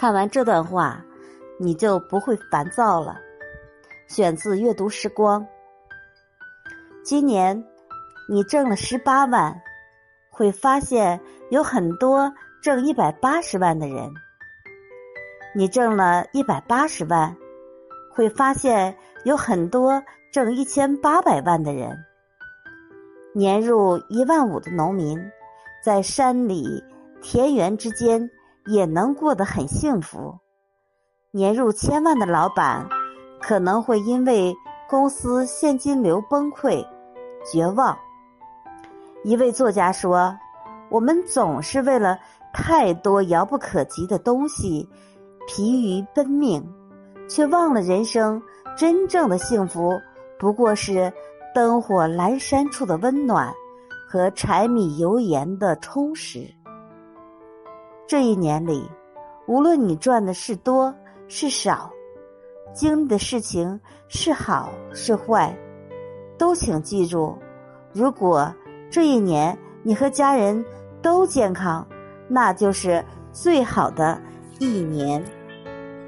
看完这段话，你就不会烦躁了。选自阅读时光。今年你挣了18万，会发现有很多挣180万的人。你挣了180万，会发现有很多挣1800万的人。年入1万5的农民，在山里田园之间也能过得很幸福。年入1000万的老板，可能会因为公司现金流崩溃绝望。一位作家说，我们总是为了太多遥不可及的东西疲于奔命，却忘了人生真正的幸福不过是灯火阑珊处的温暖和柴米油盐的充实。这一年里，无论你赚的是多是少，经历的事情是好是坏，都请记住，如果这一年你和家人都健康，那就是最好的一年。